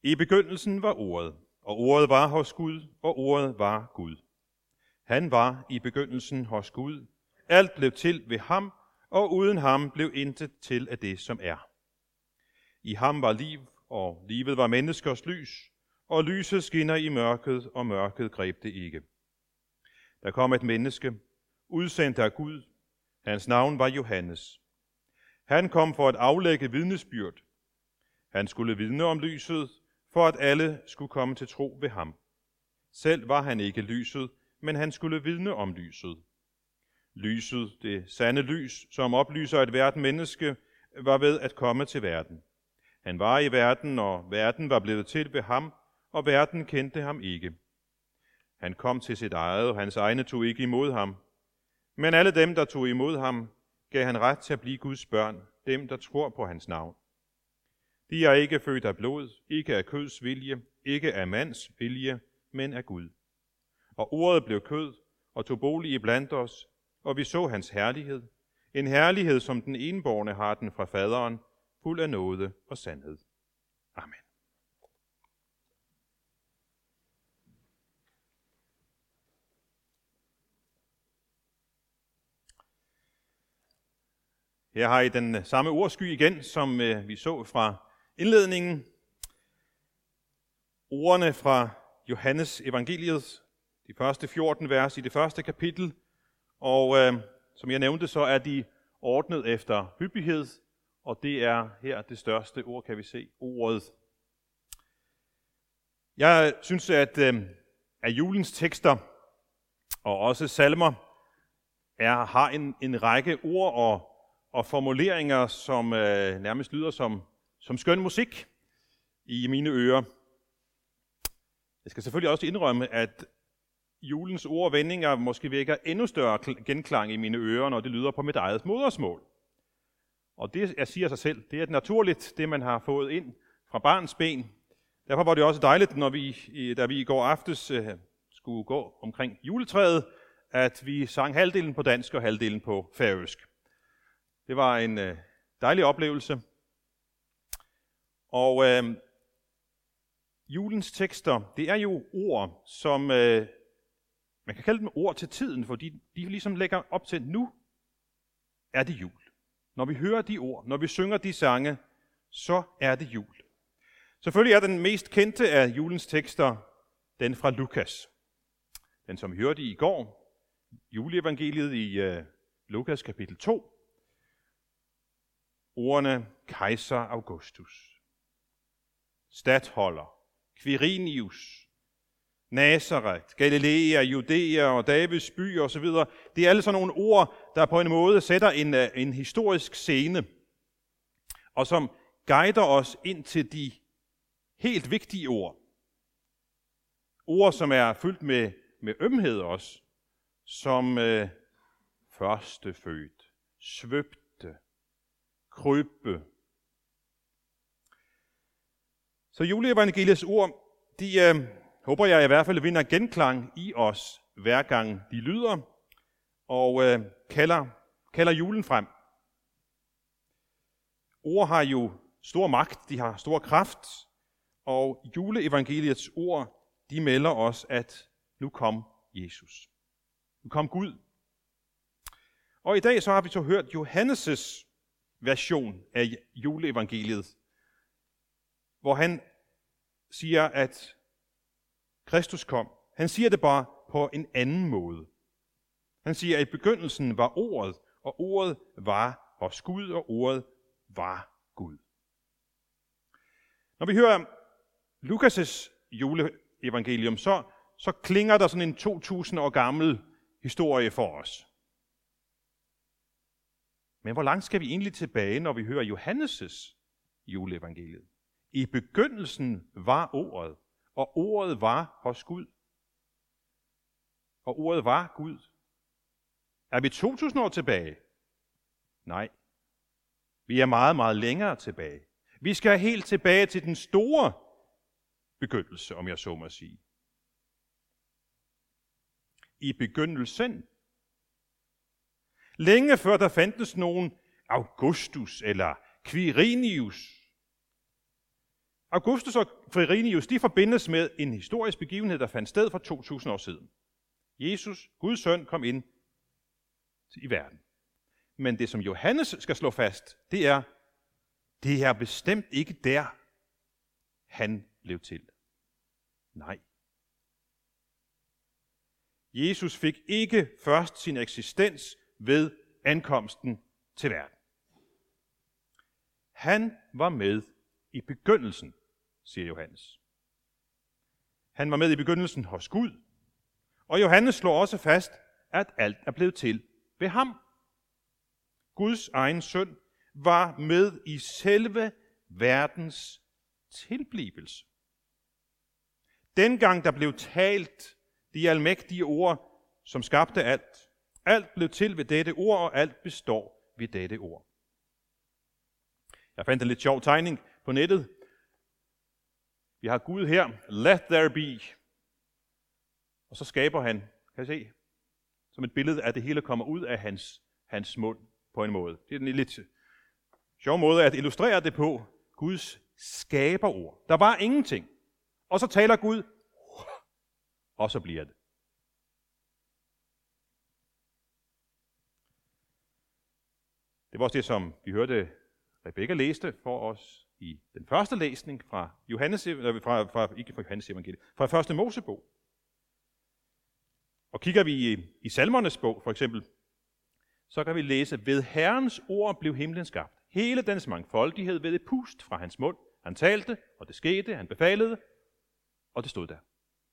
I begyndelsen var ordet, og ordet var hos Gud, og ordet var Gud. Han var i begyndelsen hos Gud. Alt blev til ved ham, og uden ham blev intet til af det, som er. I ham var liv, og livet var menneskers lys, og lyset skinner i mørket, og mørket greb det ikke. Der kom et menneske, udsendt af Gud. Hans navn var Johannes. Han kom for at aflægge vidnesbyrd. Han skulle vidne om lyset, for at alle skulle komme til tro ved ham. Selv var han ikke lyset, men han skulle vidne om lyset. Lyset, det sande lys, som oplyser et hvert menneske, var ved at komme til verden. Han var i verden, og verden var blevet til ved ham, og verden kendte ham ikke. Han kom til sit eget, og hans egne tog ikke imod ham. Men alle dem, der tog imod ham, gav han ret til at blive Guds børn, dem, der tror på hans navn. De er ikke født af blod, ikke af køds vilje, ikke af mands vilje, men af Gud. Og ordet blev kød og tog bolig iblandt os, og vi så hans herlighed. En herlighed, som den enbårne har den fra faderen, fuld af nåde og sandhed. Amen. Her har I den samme ordsky igen, som vi så fra indledningen. Ordene fra Johannes evangeliet, de første 14 vers i det første kapitel. Og som jeg nævnte, så er de ordnet efter hyppighed, og det er her det største ord, kan vi se, ordet. Jeg synes, at julens tekster og også salmer har en række ord og formuleringer, som nærmest lyder som skøn musik i mine ører. Jeg skal selvfølgelig også indrømme, at julens ord og vendinger måske vækker endnu større genklang i mine ører, når det lyder på mit eget modersmål. Og det, jeg siger sig selv, det er naturligt, det man har fået ind fra barns ben. Derfor var det også dejligt, da vi i går aftes skulle gå omkring juletræet, at vi sang halvdelen på dansk og halvdelen på færøsk. Det var en dejlig oplevelse. Og julens tekster, det er jo ord, som man kan kalde dem ord til tiden, fordi de ligesom lægger op til, nu er det jul. Når vi hører de ord, når vi synger de sange, så er det jul. Selvfølgelig er den mest kendte af julens tekster den fra Lukas. Den, som vi hørte i går, juleevangeliet i Lukas kapitel 2. Ordene kejser Augustus, statholder, Quirinius, Nazaret, Galilea, Judæa og Davids by osv. Det er alle sådan nogle ord, der på en måde sætter en historisk scene, og som guider os ind til de helt vigtige ord. Ord, som er fyldt med ømhed også, som førstefødt, svøbte, krybbe. Så juleevangeliets ord, de håber jeg i hvert fald vinder genklang i os, hver gang de lyder, og kalder julen frem. Ord har jo stor magt, de har stor kraft, og juleevangeliets ord, de melder os, at nu kom Jesus. Nu kom Gud. Og i dag så har vi så hørt Johannes' version af juleevangeliet, hvor han siger, at Kristus kom. Han siger det bare på en anden måde. Han siger, at i begyndelsen var ordet, og ordet var hos Gud, og ordet var Gud. Når vi hører Lukas' juleevangelium, så klinger der sådan en 2000 år gammel historie for os. Men hvor langt skal vi egentlig tilbage, når vi hører Johannes' juleevangeliet? I begyndelsen var ordet, og ordet var hos Gud. Og ordet var Gud. Er vi 2000 år tilbage? Nej. Vi er meget, meget længere tilbage. Vi skal helt tilbage til den store begyndelse, om jeg så må sige. I begyndelsen. Længe før der fandtes nogen Augustus eller Quirinius. Augustus og Quirinius, de forbindes med en historisk begivenhed, der fandt sted for 2000 år siden. Jesus, Guds søn, kom ind i verden. Men det, som Johannes skal slå fast, det er bestemt ikke der, han blev til. Nej. Jesus fik ikke først sin eksistens ved ankomsten til verden. Han var med i begyndelsen, siger Johannes. Han var med i begyndelsen hos Gud, og Johannes slår også fast, at alt er blevet til ved ham. Guds egen søn var med i selve verdens tilblivelse. Dengang der blev talt de almægtige ord, som skabte alt. Alt blev til ved dette ord, og alt består ved dette ord. Jeg fandt en lidt sjov tegning på nettet. Vi har Gud her, let there be. Og så skaber han, kan I se, som et billede af, at det hele kommer ud af hans mund på en måde. Det er en lidt sjov måde at illustrere det på. Guds skaberord. Der var ingenting. Og så taler Gud, og så bliver det. Det var også det, som vi hørte Rebecca læste for os i den første læsning fra fra første Mosebog. Og kigger vi i Salmernes bog for eksempel, så kan vi læse, ved Herrens ord blev himlen skabt. Hele dens mangfoldighed ved et pust fra hans mund. Han talte, og det skete, han befalede, og det stod der.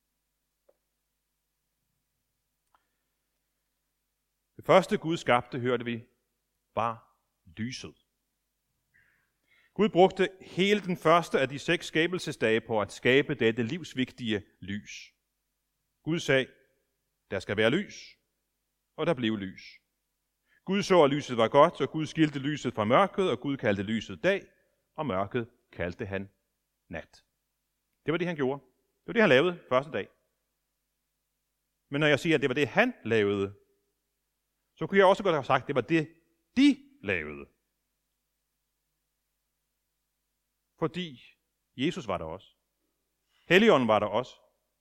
Det første Gud skabte, hørte vi, var lyset. Gud brugte hele den første af de 6 skabelsesdage på at skabe dette livsvigtige lys. Gud sagde, der skal være lys, og der blev lys. Gud så, at lyset var godt, og Gud skilte lyset fra mørket, og Gud kaldte lyset dag, og mørket kaldte han nat. Det var det, han gjorde. Det var det, han lavede første dag. Men når jeg siger, at det var det, han lavede, så kunne jeg også godt have sagt, at det var det, de lavede. Fordi Jesus var der også. Helligånden var der også.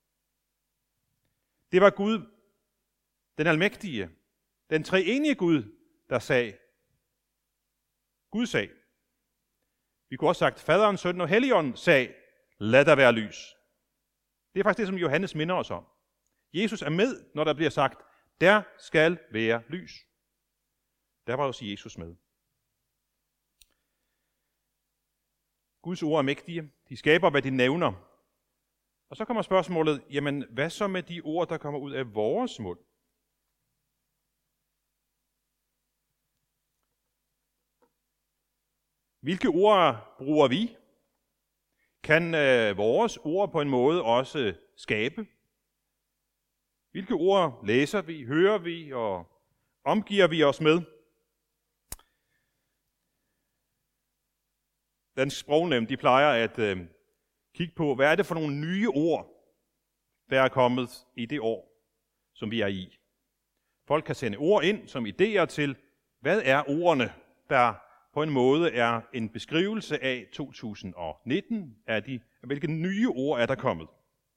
Det var Gud, den almægtige, den treenige Gud, der sagde. Gud sagde. Vi kunne også sagt, faderen, sønnen og Helligånden sagde, lad der være lys. Det er faktisk det, som Johannes minder os om. Jesus er med, når der bliver sagt, der skal være lys. Der var også Jesus med. Guds ord er mægtige. De skaber, hvad de nævner. Og så kommer spørgsmålet, jamen hvad så med de ord, der kommer ud af vores mund? Hvilke ord bruger vi? Kan vores ord på en måde også skabe? Hvilke ord læser vi, hører vi og omgiver vi os med? Dansk Sprognævn, de plejer at kigge på, hvad er det for nogle nye ord, der er kommet i det år, som vi er i. Folk kan sende ord ind som idéer til, hvad er ordene, der på en måde er en beskrivelse af 2019, hvilke nye ord er der kommet.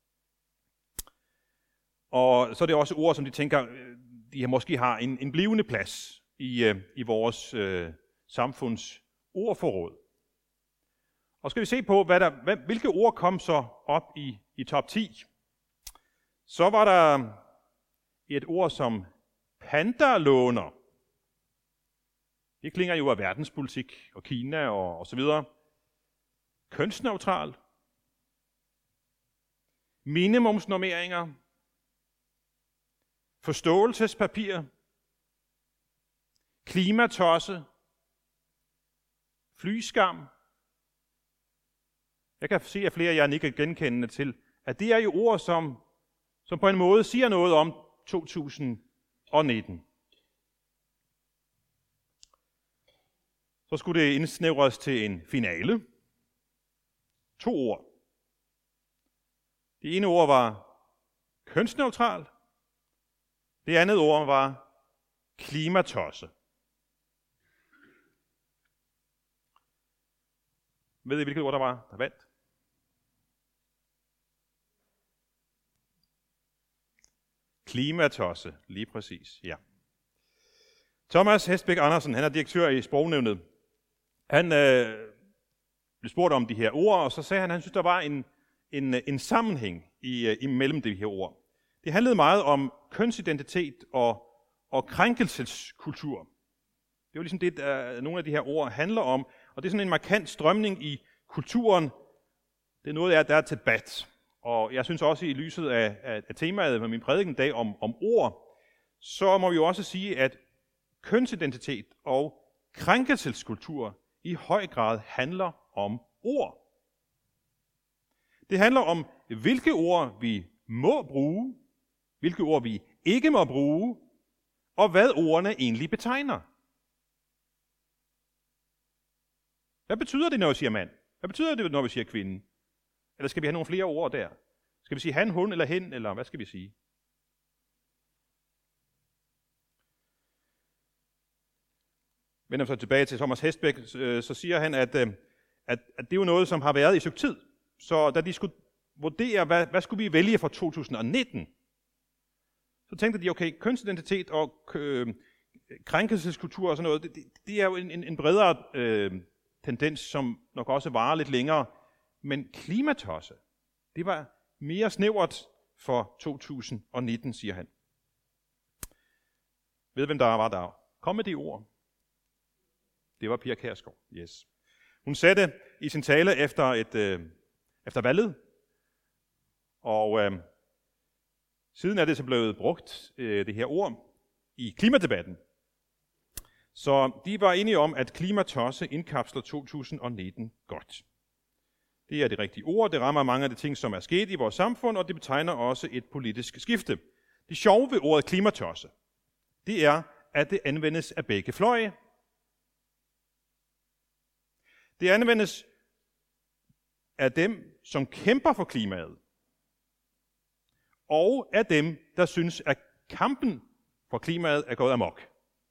Og så er det også ord, som de tænker, de måske har en blivende plads i vores samfunds ordforråd. Og skal vi se på, hvilke ord kom så op i top 10. Så var der et ord som pandalåner. Det klinger jo af verdenspolitik og Kina og så videre. Kønsneutral. Minimumsnormeringer. Forståelsespapir. Klimatosse. Flyskam. Jeg kan se, at flere af jer nikker genkendende til, at det er jo ord, som på en måde siger noget om 2019. Så skulle det indsnævres til en finale. 2 ord. Det ene ord var kønsneutral. Det andet ord var klimatosse. Ved I, hvilket ord der vandt? Klimatosse, lige præcis, ja. Thomas Hestbæk Andersen, han er direktør i Sprognævnet. Han blev spurgt om de her ord, og så sagde han synes, der var en sammenhæng imellem de her ord. Det handlede meget om kønsidentitet og krænkelseskultur. Det er jo ligesom det, nogle af de her ord handler om, og det er sådan en markant strømning i kulturen. Det er noget, der er til debat. Og jeg synes også, i lyset af temaet med min prædiken i dag om ord, så må vi jo også sige, at kønsidentitet og krænkelseskultur i høj grad handler om ord. Det handler om, hvilke ord vi må bruge, hvilke ord vi ikke må bruge, og hvad ordene egentlig betegner. Hvad betyder det, når vi siger mand? Hvad betyder det, når vi siger kvinde? Eller skal vi have nogle flere ord der? Skal vi sige han, hun eller hen, eller hvad skal vi sige? Vender så tilbage til Thomas Hestbæk, så siger han, at det er jo noget, som har været i stykke tid. Så da de skulle vurdere, hvad skulle vi vælge for 2019, så tænkte de, okay, kønsidentitet og krænkelseskultur og sådan noget, det er jo en bredere tendens, som nok også varer lidt længere. Men klimatosse, det var mere snævert for 2019, siger han. Ved hvem der var der? Kom med de ord. Det var Pia Kjærsgaard, yes. Hun sagde det i sin tale efter valget, og siden er det så blevet brugt, det her ord, i klimadebatten. Så de var enige om, at klimatosse indkapsler 2019 godt. Det er det rigtige ord, det rammer mange af de ting, som er sket i vores samfund, og det betegner også et politisk skifte. Det sjove ved ordet klimatosse, det er, at det anvendes af begge fløje. Det anvendes af dem, som kæmper for klimaet, og af dem, der synes, at kampen for klimaet er gået amok.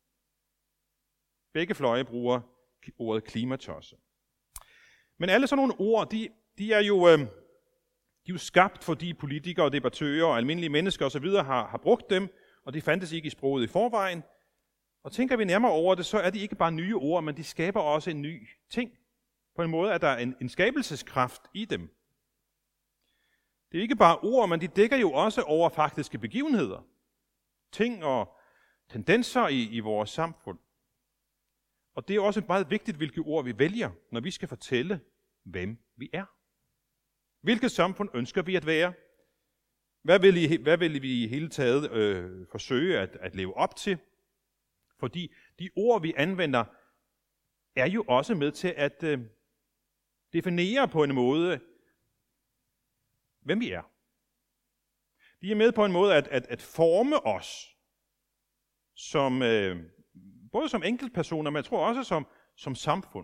Begge fløje bruger ordet klimatosse. Men alle sådan nogle ord, de er jo skabt, fordi politikere og debattører og almindelige mennesker osv. har brugt dem, og de fandtes ikke i sproget i forvejen. Og tænker vi nærmere over det, så er de ikke bare nye ord, men de skaber også en ny ting. På en måde er der en skabelseskraft i dem. Det er ikke bare ord, men de dækker jo også over faktiske begivenheder. Ting og tendenser i vores samfund. Og det er også meget vigtigt, hvilke ord vi vælger, når vi skal fortælle, hvem vi er. Hvilket samfund ønsker vi at være? Hvad vil vi i hele taget forsøge at leve op til? Fordi de ord, vi anvender, er jo også med til at definere på en måde, hvem vi er. De er med på en måde at forme os, som, både som enkeltpersoner, men jeg tror også som samfund.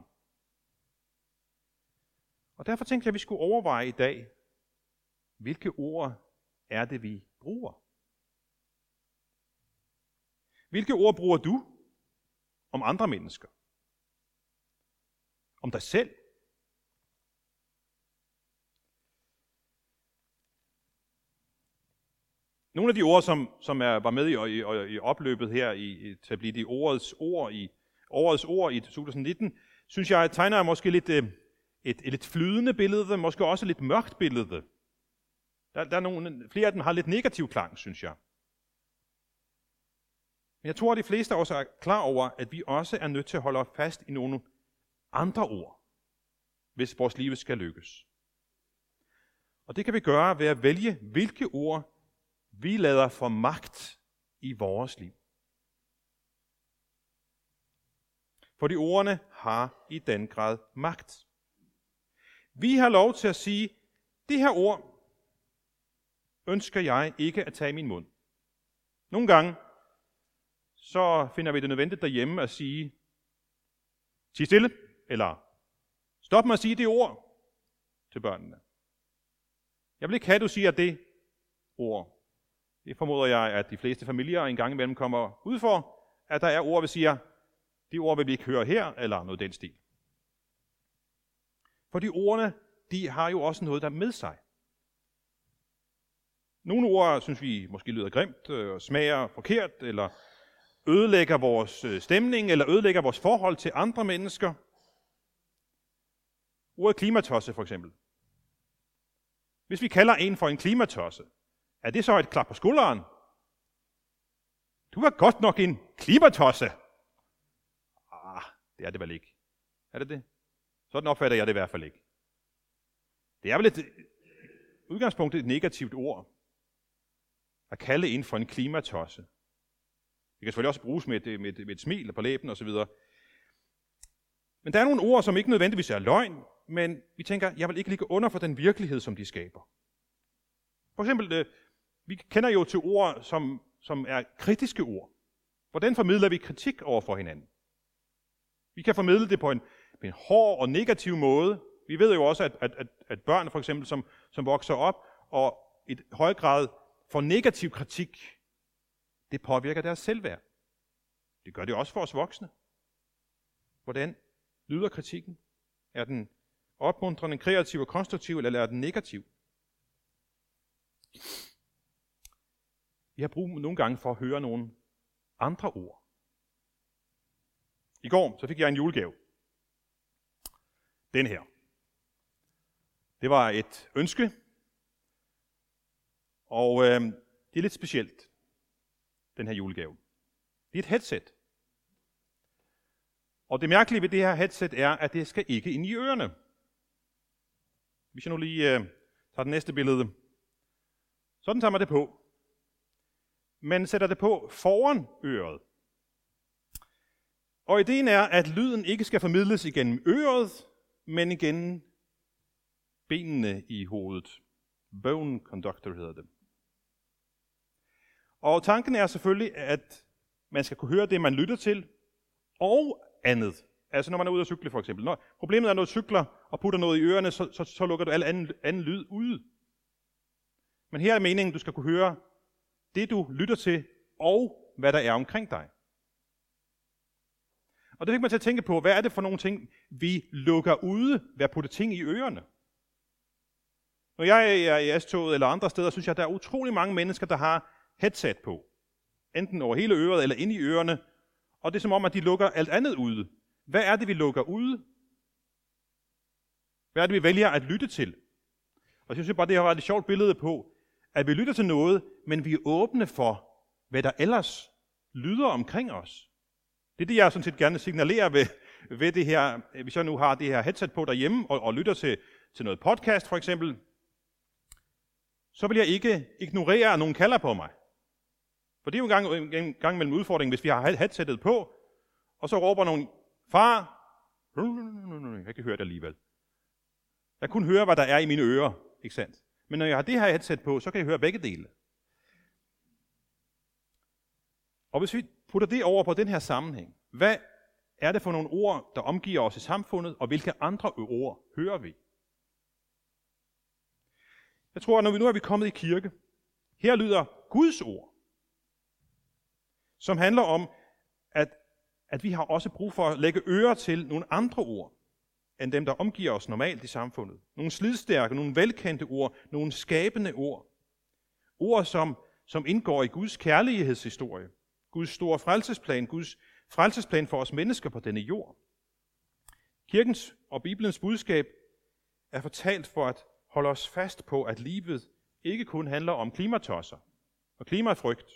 Og derfor tænkte jeg, at vi skulle overveje i dag, hvilke ord er det, vi bruger? Hvilke ord bruger du om andre mennesker? Om dig selv? Nogle af de ord, som var med i opløbet her til at blive de årets ord i 2019, synes jeg tegner måske lidt et lidt flydende billede, måske også et lidt mørkt billede. Der er flere af dem har lidt negativ klang, synes jeg. Men jeg tror, at de fleste også er klar over, at vi også er nødt til at holde os fast i nogle andre ord, hvis vores liv skal lykkes. Og det kan vi gøre ved at vælge, hvilke ord vi lader få magt i vores liv. Fordi ordene har i den grad magt. Vi har lov til at sige, det her ord ønsker jeg ikke at tage i min mund. Nogle gange så finder vi det nødvendigt derhjemme at sige, sig stille, eller stop med at sige det ord til børnene. Jeg vil ikke have, at du siger det ord. Det formoder jeg, at de fleste familier en gang imellem kommer ud for, at der er ord, vi siger, de ord vil vi ikke høre her, eller noget den stil. For de ordene, de har jo også noget der med sig. Nogle ord synes vi måske lyder grimt, og smager forkert, eller ødelægger vores stemning, eller ødelægger vores forhold til andre mennesker. Ordet klimatosse for eksempel. Hvis vi kalder en for en klimatosse, er det så et klap på skulderen? Du var godt nok en klimatosse. Det er det vel ikke. Er det det? Sådan opfatter jeg det i hvert fald ikke. Det er vel et udgangspunkt et negativt ord. At kalde en for en klimatosse. Det kan selvfølgelig også bruges med et smil på læben osv. Men der er nogle ord, som ikke nødvendigvis er løgn, men vi tænker, jeg vil ikke ligge under for den virkelighed, som de skaber. For eksempel, vi kender jo til ord, som er kritiske ord. Hvordan formidler vi kritik over for hinanden? Vi kan formidle det på en hård og negativ måde. Vi ved jo også, at børn for eksempel, som vokser op og i høj grad får negativ kritik, det påvirker deres selvværd. Det gør det også for os voksne. Hvordan lyder kritikken? Er den opmuntrende, kreativ og konstruktiv, eller er den negativ? Vi har brug nogle gange for at høre nogle andre ord. I går så fik jeg en julegave. Den her. Det var et ønske, og det er lidt specielt, den her julegave. Det er et headset. Og det mærkelige ved det her headset er, at det skal ikke ind i ørerne. Hvis jeg nu lige tager det næste billede. Sådan tager man det på. Man sætter det på foran øret. Og ideen er, at lyden ikke skal formidles igennem øret, men igennem benene i hovedet. Bone conductor hedder det. Og tanken er selvfølgelig, at man skal kunne høre det, man lytter til, og andet. Altså når man er ude at cykle for eksempel. Når problemet er, når du cykler og putter noget i ørerne, så lukker du al anden lyd ude. Men her er meningen, du skal kunne høre det, du lytter til, og hvad der er omkring dig. Og det fik mig til at tænke på, hvad er det for nogle ting, vi lukker ude ved at putte ting i ørerne? Når jeg er i S-toget eller andre steder, synes jeg, at der er utrolig mange mennesker, der har headset på. Enten over hele øret eller inde i ørerne. Og det er som om, at de lukker alt andet ude. Hvad er det, vi lukker ude? Hvad er det, vi vælger at lytte til? Og jeg synes bare, det har været et sjovt billede på, at vi lytter til noget, men vi er åbne for, hvad der ellers lyder omkring os. Det er det, jeg sådan set gerne signalerer ved det her. Hvis jeg nu har det her headset på derhjemme og lytter til noget podcast for eksempel, så vil jeg ikke ignorere, at nogen kalder på mig. For det er jo en gang mellem udfordringen, hvis vi har headsettet på, og så råber nogen, far, jeg kan høre det alligevel. Jeg kan høre, hvad der er i mine ører, ikke sandt? Men når jeg har det her headset på, så kan jeg høre begge dele. Og hvis vi putter det over på den her sammenhæng, hvad er det for nogle ord, der omgiver os i samfundet, og hvilke andre ord hører vi? Jeg tror, at når vi nu er kommet i kirke, her lyder Guds ord, som handler om, at vi har også brug for at lægge ører til nogle andre ord, end dem, der omgiver os normalt i samfundet. Nogle slidstærke, nogle velkendte ord, nogle skabende ord. Ord, som indgår i Guds kærlighedshistorie, Guds store frelsesplan, Guds frelsesplan for os mennesker på denne jord. Kirkens og Bibelens budskab er fortalt for at holde os fast på, at livet ikke kun handler om klimatosser og klimafrygt,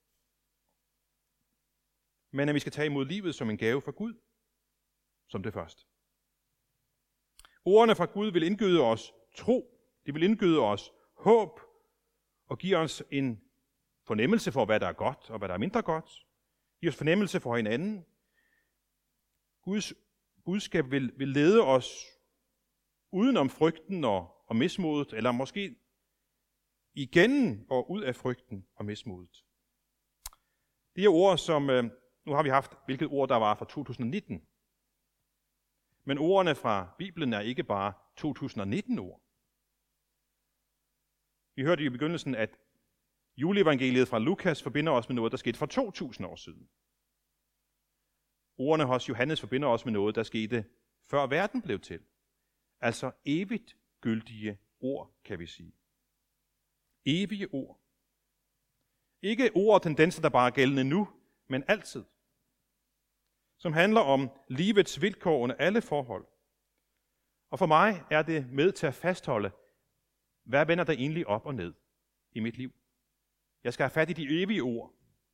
men at vi skal tage imod livet som en gave fra Gud, som det første. Ordene fra Gud vil indgyde os tro, de vil indgyde os håb og give os en fornemmelse for, hvad der er godt og hvad der er mindre godt. Give os fornemmelse for hinanden. Guds budskab vil lede os udenom frygten og mismodet, eller måske igen og ud af frygten og mismodet. Det er ord, som nu har vi haft, hvilket ord der var fra 2019. Men ordene fra Bibelen er ikke bare 2019-ord. Vi hørte i begyndelsen, at juleevangeliet fra Lukas forbinder os med noget, der skete for 2000 år siden. Ordene hos Johannes forbinder os med noget, der skete før verden blev til. Altså evigt gyldige ord, kan vi sige. Evige ord. Ikke ord og tendenser, der bare er gældende nu, men altid. Som handler om livets vilkår under alle forhold. Og for mig er det med til at fastholde, hvad vender der egentlig op og ned i mit liv. Jeg skal have fat i de evige ord.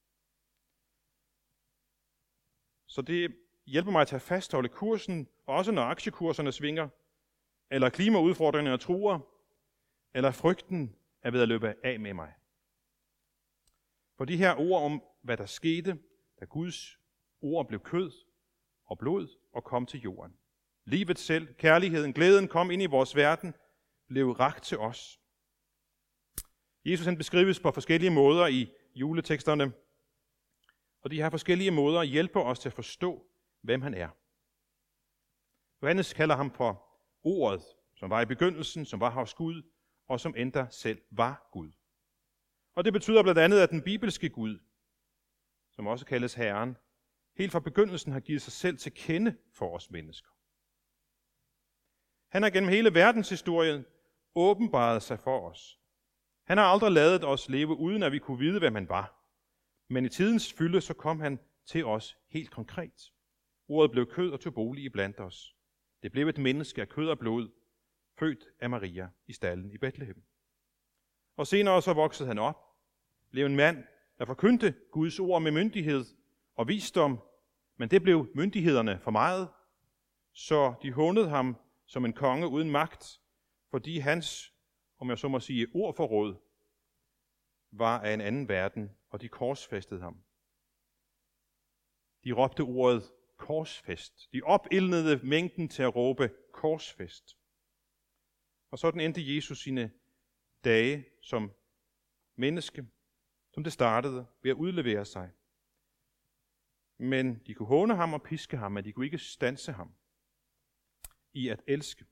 Så det hjælper mig til at fastholde kursen, også når aktiekurserne svinger, eller klimaudfordringerne truer, eller frygten er ved at løbe af med mig. For de her ord om, hvad der skete, da Guds ord blev kød og blod og kom til jorden. Livet selv, kærligheden, glæden kom ind i vores verden, blev rakt til os. Jesus han beskrives på forskellige måder i juleteksterne, og de her forskellige måder hjælper os til at forstå, hvem han er. Johannes kalder ham for ordet, som var i begyndelsen, som var hos Gud, og som endda selv var Gud. Og det betyder blandt andet, at den bibelske Gud, som også kaldes Herren, helt fra begyndelsen har givet sig selv til kende for os mennesker. Han har gennem hele verdenshistorien åbenbaret sig for os. Han har aldrig ladet os leve, uden at vi kunne vide, hvem han var. Men i tidens fylde, så kom han til os helt konkret. Ordet blev kød og tog bolig iblandt os. Det blev et menneske af kød og blod, født af Maria i stalden i Betlehem. Og senere så voksede han op, blev en mand, der forkyndte Guds ord med myndighed og visdom, men det blev myndighederne for meget, så de hånede ham som en konge uden magt, fordi hans, om jeg så må sige, ordforråd var af en anden verden, og de korsfæstede ham. De råbte ordet korsfæst. De opildnede mængden til at råbe korsfæst. Og sådan endte Jesus sine dage som menneske, som det startede ved at udlevere sig. Men de kunne håne ham og piske ham, men de kunne ikke standse ham i at elske.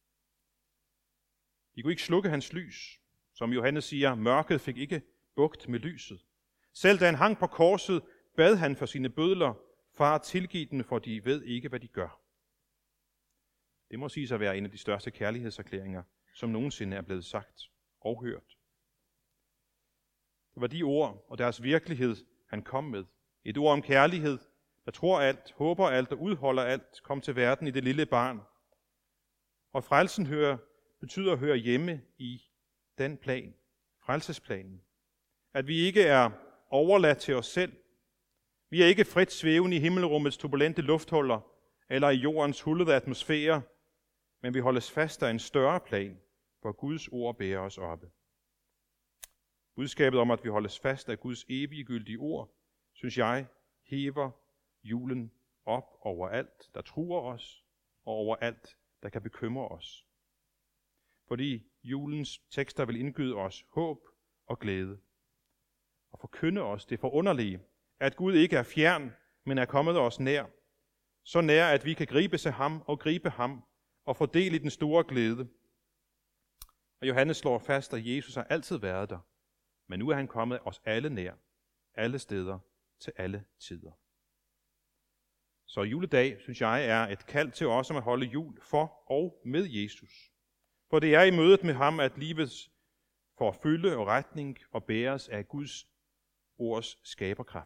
De kunne ikke slukke hans lys. Som Johannes siger, mørket fik ikke bugt med lyset. Selv da han hang på korset, bad han for sine bødler, far tilgiv dem, for de ved ikke, hvad de gør. Det må siges at være en af de største kærlighedserklæringer, som nogensinde er blevet sagt og hørt. Det var de ord og deres virkelighed, han kom med. Et ord om kærlighed, der tror alt, håber alt og udholder alt, kom til verden i det lille barn. Og frelsen betyder at høre hjemme i den plan, frelsesplanen. At vi ikke er overladt til os selv. Vi er ikke frit svævende i himmelrummets turbulente lufthuller eller i jordens hullede atmosfære, men vi holdes fast af en større plan, hvor Guds ord bærer os oppe. Budskabet om, at vi holdes fast af Guds evige gyldige ord, synes jeg, hæver julen op over alt, der truer os, og over alt, der kan bekymre os. Fordi julens tekster vil indgyde os håb og glæde, og forkynde os det forunderlige, at Gud ikke er fjern, men er kommet os nær. Så nær, at vi kan gribe til ham og gribe ham, og få del i den store glæde. Og Johannes slår fast, at Jesus har altid været der, men nu er han kommet os alle nær, alle steder, til alle tider. Så juledag, synes jeg, er et kald til os om at holde jul for og med Jesus. For det er i mødet med ham, at livet får fylde og retning og bæres af Guds ords skaberkraft.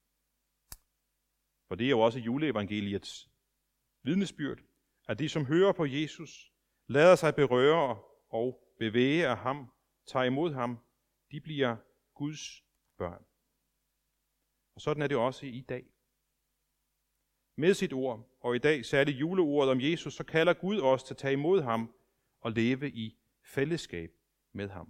For det er jo også juleevangeliets vidnesbyrd, at de, som hører på Jesus, lader sig berøre og bevæge af ham, tager imod ham, de bliver Guds børn. Og sådan er det også i dag. Med sit ord, og i dag særligt juleordet om Jesus, så kalder Gud os til at tage imod ham og leve i fællesskab med ham.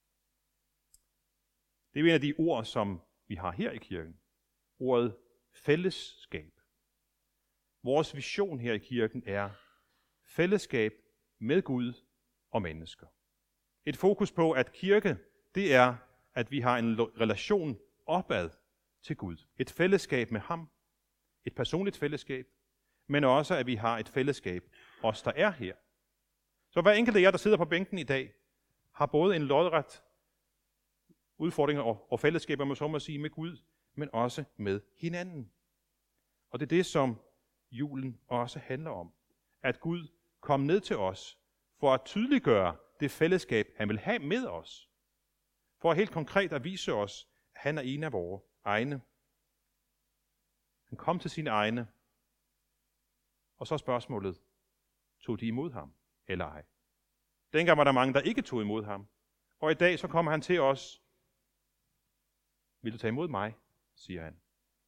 Det er en af de ord, som vi har her i kirken. Ordet fællesskab. Vores vision her i kirken er fællesskab med Gud og mennesker. Et fokus på, at kirke, det er, at vi har en relation opad til Gud. Et fællesskab med ham. Et personligt fællesskab. Men også, at vi har et fællesskab, os der er her. Så hver enkelt af jer, der sidder på bænken i dag, har både en lodret udfordring og fællesskaber, man så må sige, med Gud, men også med hinanden. Og det er det, som julen også handler om. At Gud kom ned til os for at tydeliggøre det fællesskab, han vil have med os. For helt konkret at vise os, at han er en af vores egne. Han kom til sine egne, og så er spørgsmålet, tog de imod ham eller ej? Dengang var der mange, der ikke tog imod ham, og i dag så kommer han til os. Vil du tage imod mig, siger han.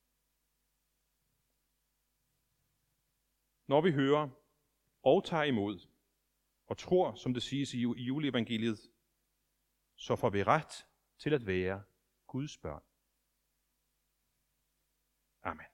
Når vi hører og tager imod og tror, som det siges i juleevangeliet, så får vi ret til at være Guds børn. Amen.